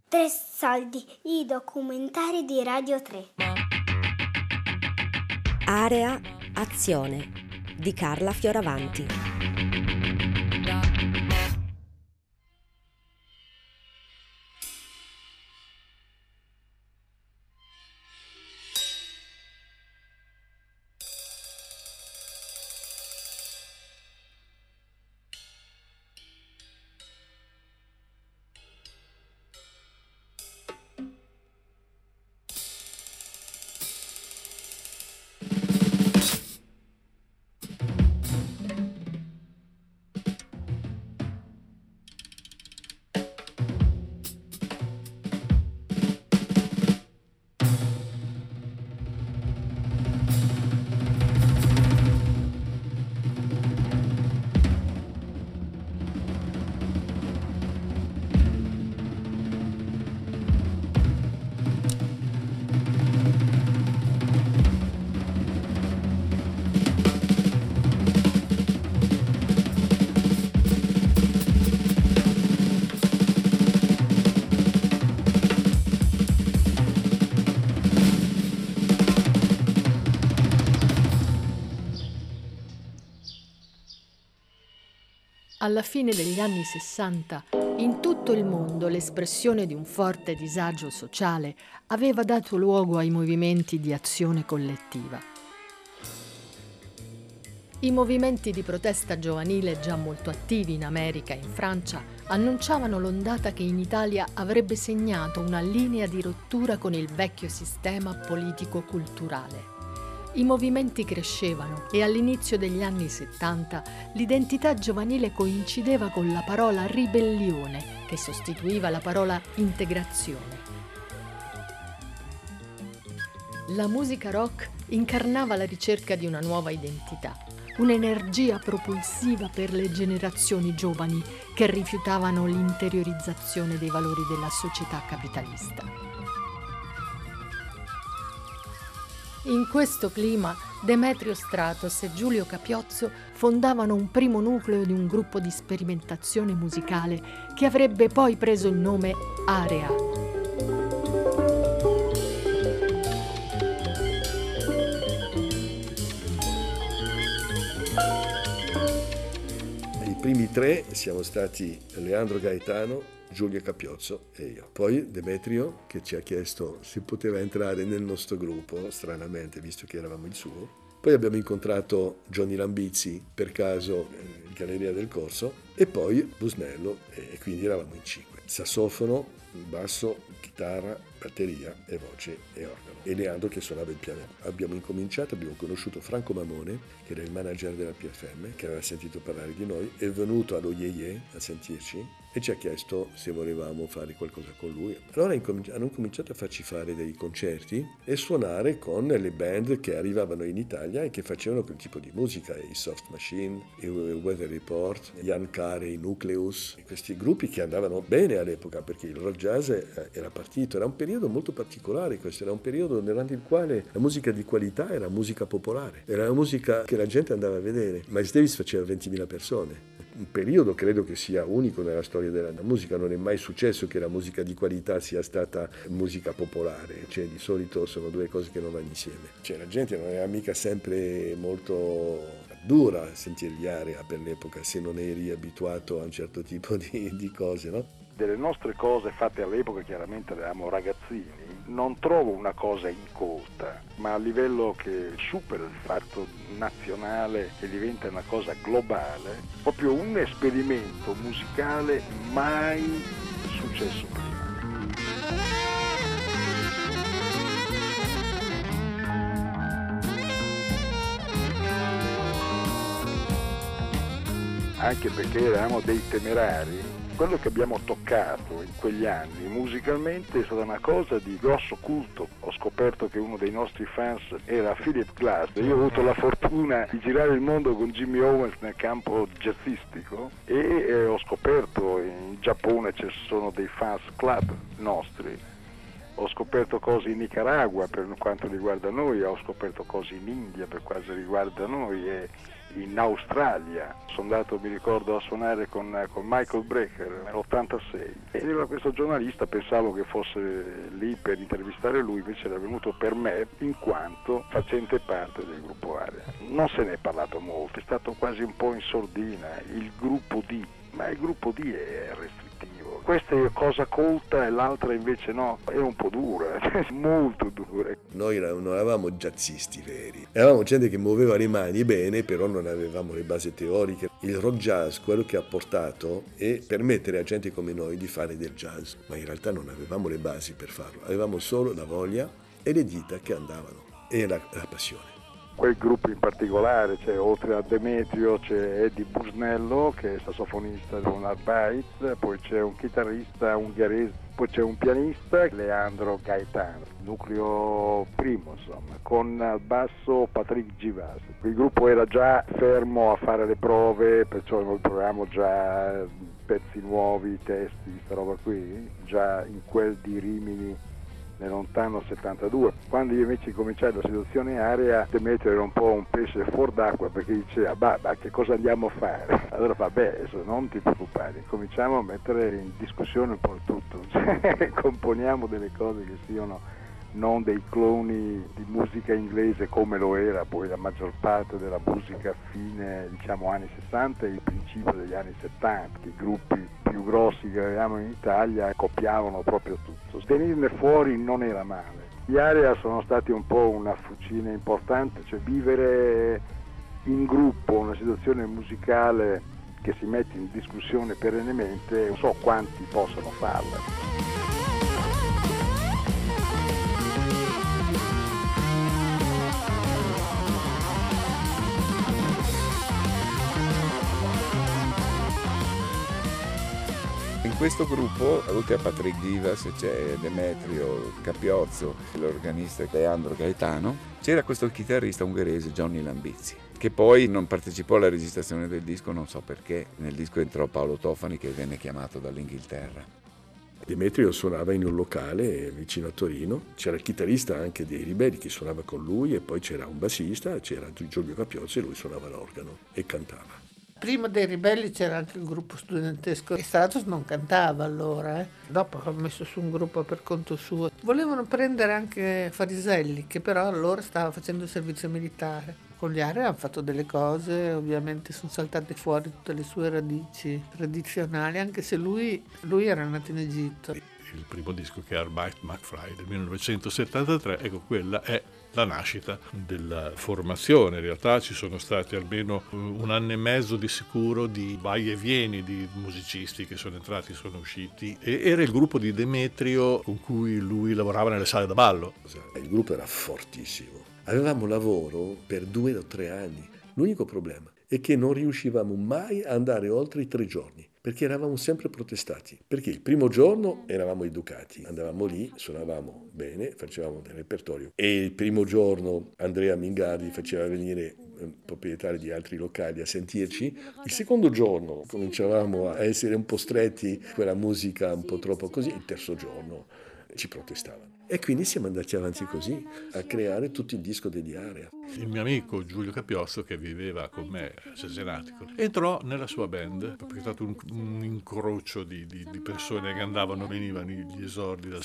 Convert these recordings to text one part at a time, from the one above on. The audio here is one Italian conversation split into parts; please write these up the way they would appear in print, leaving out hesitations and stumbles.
Tre soldi, i documentari di Radio 3. Area Azione di Carla Fioravanti. Alla fine degli anni 60, in tutto il mondo l'espressione di un forte disagio sociale aveva dato luogo ai movimenti di azione collettiva. I movimenti di protesta giovanile, già molto attivi in America e in Francia, annunciavano l'ondata che in Italia avrebbe segnato una linea di rottura con il vecchio sistema politico-culturale. I movimenti crescevano e all'inizio degli anni 70 l'identità giovanile coincideva con la parola ribellione, che sostituiva la parola integrazione. La musica rock incarnava la ricerca di una nuova identità, un'energia propulsiva per le generazioni giovani che rifiutavano l'interiorizzazione dei valori della società capitalista. In questo clima, Demetrio Stratos e Giulio Capiozzo fondavano un primo nucleo di un gruppo di sperimentazione musicale che avrebbe poi preso il nome Area. I primi tre siamo stati Leandro Gaetano, Giulio Capiozzo e io. Poi Demetrio, che ci ha chiesto se poteva entrare nel nostro gruppo, stranamente, visto che eravamo il suo. Poi abbiamo incontrato Johnny Lambizzi, per caso, in Galleria del Corso, e poi Busnello, e quindi eravamo in 5. Sassofono, basso, chitarra, batteria e voce e organo. E Leandro che suonava il piano. Abbiamo conosciuto Franco Mamone, che era il manager della PFM, che aveva sentito parlare di noi, è venuto allo Yeye a sentirci e ci ha chiesto se volevamo fare qualcosa con lui. Allora hanno cominciato a farci fare dei concerti e suonare con le band che arrivavano in Italia e che facevano quel tipo di musica, i Soft Machine, i Weather Report, Jan Carey, i Nucleus, questi gruppi che andavano bene all'epoca perché il rock jazz era partito. Era un periodo molto particolare questo, era un periodo durante il quale la musica di qualità era musica popolare, era la musica che la gente andava a vedere. Miles Davis faceva 20.000 persone. Un periodo credo che sia unico nella storia della musica, non è mai successo che la musica di qualità sia stata musica popolare, cioè di solito sono due cose che non vanno insieme. Cioè la gente non era mica sempre molto dura a sentire gli Area per l'epoca se non eri abituato a un certo tipo di cose, no? Delle nostre cose fatte all'epoca, chiaramente eravamo ragazzini, non trovo una cosa incolta, ma a livello che supera il fatto nazionale e diventa una cosa globale, proprio un esperimento musicale mai successo prima. Anche perché eravamo dei temerari. Quello che abbiamo toccato in quegli anni musicalmente è stata una cosa di grosso culto. Ho scoperto che uno dei nostri fans era Philip Glass. Io ho avuto la fortuna di girare il mondo con Jimmy Owens nel campo jazzistico e ho scoperto in Giappone ci sono dei fans club nostri. Ho scoperto cose in Nicaragua per quanto riguarda noi, ho scoperto cose in India per quanto riguarda noi e in Australia. Sono andato, mi ricordo, a suonare con Michael Brecker nell'86 e era questo giornalista, pensavo che fosse lì per intervistare lui, invece era venuto per me in quanto facente parte del gruppo Area. Non se ne è parlato molto, è stato quasi un po' in sordina il gruppo D, ma il gruppo D è restrittivo. Questa è cosa colta e l'altra invece no, è un po' dura, molto dura. Noi non eravamo jazzisti veri, eravamo gente che muoveva le mani bene, però non avevamo le basi teoriche. Il rock jazz, quello che ha portato è permettere a gente come noi di fare del jazz, ma in realtà non avevamo le basi per farlo, avevamo solo la voglia e le dita che andavano e la passione. Quel gruppo in particolare, oltre a Demetrio c'è Eddie Busnello che è sassofonista con Arbeit, poi c'è un chitarrista ungherese, poi c'è un pianista, Leandro Gaetano, nucleo primo insomma, con al basso Patrick Givas. Il gruppo era già fermo a fare le prove, perciò noi proviamo già pezzi nuovi, testi, questa roba qui, già in quel di Rimini nel lontano 72. Quando io invece cominciai la situazione Area, Demetrio era un po' un pesce fuor d'acqua perché diceva ma che cosa andiamo a fare? Allora adesso non ti preoccupare, cominciamo a mettere in discussione un po' tutto, componiamo delle cose che siano non dei cloni di musica inglese come lo era poi la maggior parte della musica fine anni 60 e il principio degli anni 70, che i gruppi più grossi che avevamo in Italia copiavano proprio tutto. Venirne fuori non era male. Gli Area sono stati un po' una fucina importante, vivere in gruppo una situazione musicale che si mette in discussione perennemente, non so quanti possono farla. In questo gruppo, oltre a Patrick Givas, c'è Demetrio Capiozzo, l'organista Leandro Gaetano, c'era questo chitarrista ungherese Johnny Lambizi, che poi non partecipò alla registrazione del disco, non so perché. Nel disco entrò Paolo Tofani, che venne chiamato dall'Inghilterra. Demetrio suonava in un locale vicino a Torino, c'era il chitarrista anche dei Ribelli che suonava con lui e poi c'era un bassista, c'era Giulio Capiozzo e lui suonava l'organo e cantava. Prima dei Ribelli c'era anche il gruppo studentesco e Stratos non cantava allora. Dopo ha messo su un gruppo per conto suo. Volevano prendere anche Fariselli, che però allora stava facendo il servizio militare. Con gli Area hanno fatto delle cose, ovviamente sono saltate fuori tutte le sue radici tradizionali, anche se lui era nato in Egitto. Il primo disco, che è Arbeit Macht Frei del 1973, ecco, quella è la nascita della formazione. In realtà ci sono stati almeno un anno e mezzo di sicuro di vai e vieni di musicisti che sono entrati e sono usciti, e era il gruppo di Demetrio con cui lui lavorava nelle sale da ballo. Il gruppo era fortissimo, avevamo lavoro per 2 o 3 anni. L'unico problema è che non riuscivamo mai a andare oltre i 3 giorni, perché eravamo sempre protestati, perché il primo giorno eravamo educati, andavamo lì, suonavamo bene, facevamo del repertorio, e il primo giorno Andrea Mingardi faceva venire proprietari di altri locali a sentirci. Il secondo giorno cominciavamo a essere un po' stretti, quella musica un po' troppo così, il terzo giorno ci protestavano. E quindi siamo andati avanti così, a creare tutto il disco degli Area. Il mio amico Giulio Capiozzo, che viveva con me a Cesenatico, entrò nella sua band, perché è stato un incrocio di persone che andavano, venivano gli esordi dal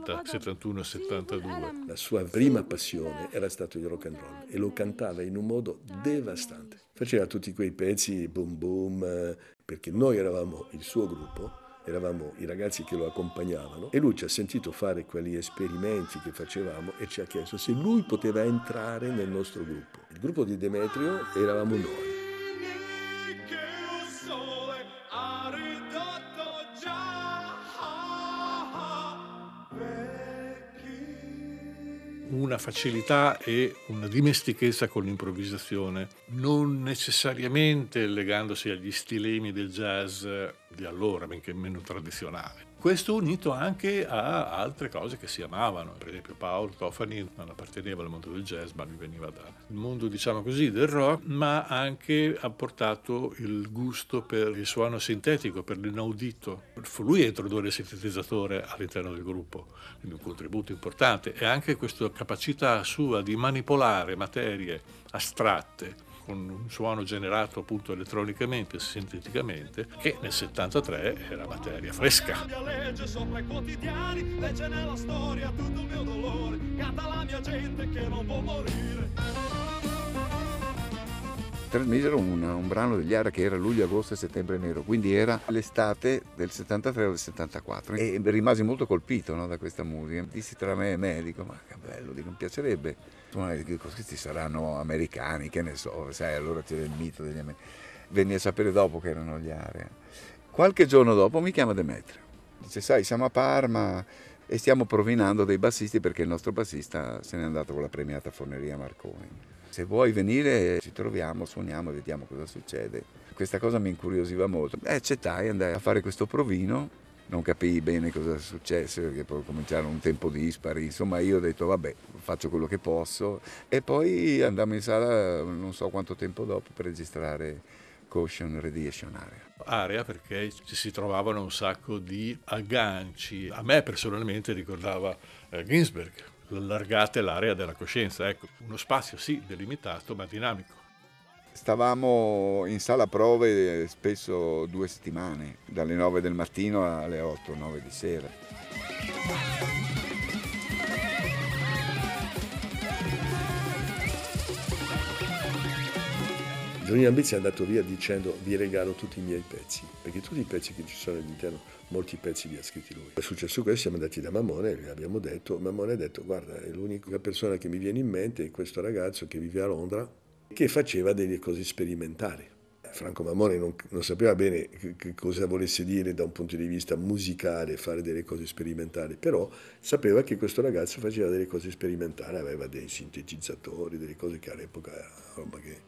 71 al 72. La sua prima passione era stato il rock and roll e lo cantava in un modo devastante. Faceva tutti quei pezzi boom boom, perché noi eravamo il suo gruppo, eravamo i ragazzi che lo accompagnavano, e lui ci ha sentito fare quegli esperimenti che facevamo e ci ha chiesto se lui poteva entrare nel nostro gruppo. Il gruppo di Demetrio eravamo noi. Una facilità e una dimestichezza con l'improvvisazione, non necessariamente legandosi agli stilemi del jazz di allora, benché meno tradizionale. Questo unito anche a altre cose che si amavano. Per esempio Paolo Tofani non apparteneva al mondo del jazz, ma lui veniva dal mondo, diciamo così, del rock, ma anche ha portato il gusto per il suono sintetico, per l'inaudito. Fu lui a introdurre il sintetizzatore all'interno del gruppo, quindi un contributo importante. E anche questa capacità sua di manipolare materie astratte con un suono generato appunto elettronicamente, sinteticamente, che nel 73 era materia fresca. Legge sopra i quotidiani, legge nella storia tutto il mio dolore, canta la mia gente che non può morire. Trasmisero un brano degli Area che era luglio, agosto e settembre nero, quindi era l'estate del 73 o del 74 e rimasi molto colpito, no, da questa musica. Dissi tra me e me, dico, ma che bello, dico, mi piacerebbe. Questi saranno americani, che ne so, sai, allora c'era il mito degli americani. Venni a sapere dopo che erano gli Area. Qualche giorno dopo mi chiama Demetrio, dice, sai, siamo a Parma e stiamo provinando dei bassisti perché il nostro bassista se n'è andato con la premiata Forneria Marconi. Se vuoi venire ci troviamo, suoniamo e vediamo cosa succede. Questa cosa mi incuriosiva molto. Accettai, andai a fare questo provino, non capii bene cosa successe perché poi cominciarono un tempo dispari, insomma io ho detto vabbè, faccio quello che posso e poi andammo in sala non so quanto tempo dopo per registrare Caution Radiation Area perché ci si trovavano un sacco di agganci. A me personalmente ricordava Ginsberg, allargate l'area della coscienza, ecco, uno spazio sì delimitato ma dinamico. Stavamo in sala prove spesso 2 settimane, dalle 9 del mattino alle 8-9 di sera. Giovanni Lambizi è andato via dicendo vi regalo tutti i miei pezzi, perché tutti i pezzi che ci sono all'interno, molti pezzi li ha scritti lui. È successo questo, siamo andati da Mammone e gli abbiamo detto, Mammone ha detto guarda è l'unica persona che mi viene in mente è questo ragazzo che vive a Londra che faceva delle cose sperimentali. Franco Mammone non sapeva bene che cosa volesse dire da un punto di vista musicale fare delle cose sperimentali, però sapeva che questo ragazzo faceva delle cose sperimentali, aveva dei sintetizzatori, delle cose che all'epoca era roba che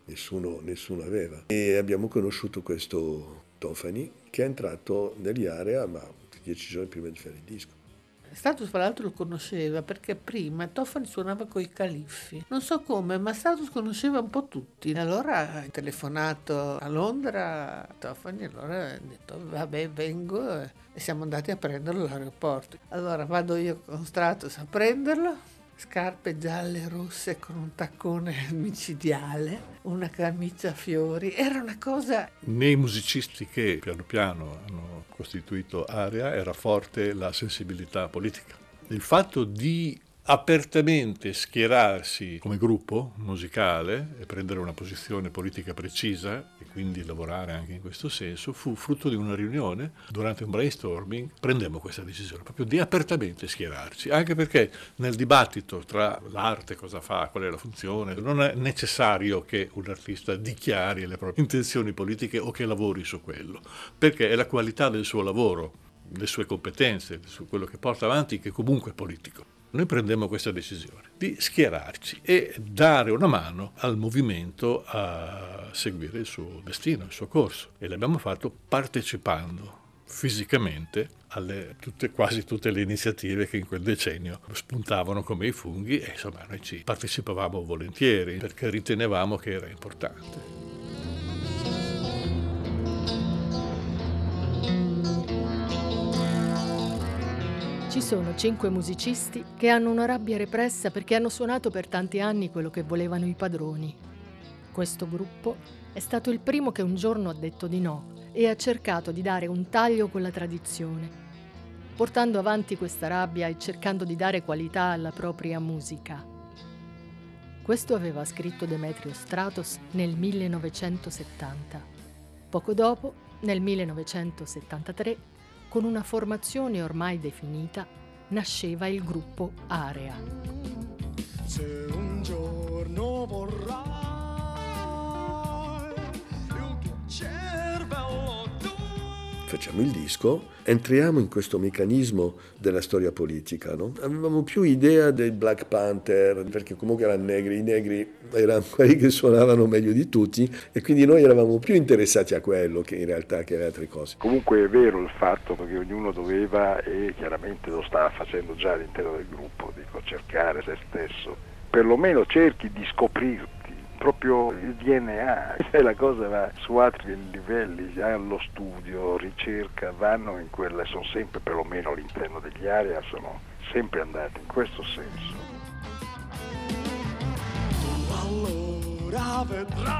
nessuno aveva. E abbiamo conosciuto questo Tofani che è entrato negli Area ma 10 giorni prima di fare il disco. Status fra l'altro lo conosceva perché prima Tofani suonava coi Califfi, non so come, ma Status conosceva un po' tutti. Allora ha telefonato a Londra Tofani, allora ha detto vabbè vengo e siamo andati a prenderlo all'aeroporto. Allora vado io con Status a prenderlo, scarpe gialle rosse con un taccone micidiale, una camicia a fiori, era una cosa... Nei musicisti che piano piano hanno costituito Area era forte la sensibilità politica. Il fatto di apertamente schierarsi come gruppo musicale e prendere una posizione politica precisa e quindi lavorare anche in questo senso fu frutto di una riunione. Durante un brainstorming prendemmo questa decisione proprio di apertamente schierarci, anche perché nel dibattito tra l'arte cosa fa, qual è la funzione, non è necessario che un artista dichiari le proprie intenzioni politiche o che lavori su quello, perché è la qualità del suo lavoro, le sue competenze, su quello che porta avanti che comunque è politico. Noi prendemmo questa decisione di schierarci e dare una mano al movimento a seguire il suo destino, il suo corso. E l'abbiamo fatto partecipando fisicamente alle quasi tutte le iniziative che in quel decennio spuntavano come i funghi e insomma noi ci partecipavamo volentieri perché ritenevamo che era importante. Ci sono 5 musicisti che hanno una rabbia repressa perché hanno suonato per tanti anni quello che volevano i padroni. Questo gruppo è stato il primo che un giorno ha detto di no e ha cercato di dare un taglio con la tradizione, portando avanti questa rabbia e cercando di dare qualità alla propria musica. Questo aveva scritto Demetrio Stratos nel 1970. Poco dopo, nel 1973, con una formazione ormai definita, nasceva il gruppo Area. Se un giorno vorrai il tuo cervello tu facciamo il disco, entriamo in questo meccanismo della storia politica, no? Avevamo più idea dei Black Panther, perché comunque erano negri, i negri erano quelli che suonavano meglio di tutti e quindi noi eravamo più interessati a quello che in realtà che alle altre cose. Comunque è vero il fatto che ognuno doveva, e chiaramente lo stava facendo già all'interno del gruppo, dico, cercare se stesso, perlomeno cerchi di scoprirti proprio il DNA, e la cosa va su altri livelli, allo studio, ricerca, vanno in quella, sono sempre, perlomeno all'interno degli area, sono sempre andati in questo senso. Allora vedrai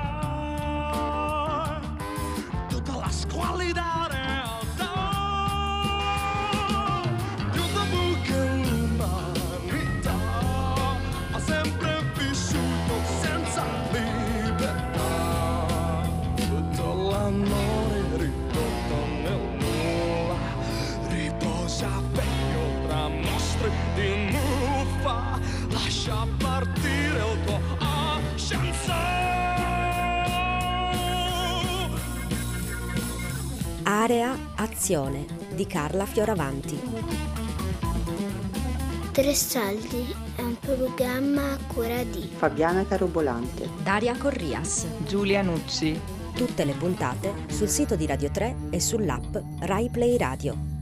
tutta la squallida realtà di un tabù che l'umanità ha sempre vissuto senza libertà. Tutto l'amore ridotto nel nulla riposa vecchio tra mostri di muffa. Lascia partire il tuo Area Azione di Carla Fioravanti. Tre Soldi è un programma a cura di Fabiana Carobolante, Daria Corrias, Giulia Nucci. Tutte le puntate sul sito di Radio 3 e sull'app Rai Play Radio.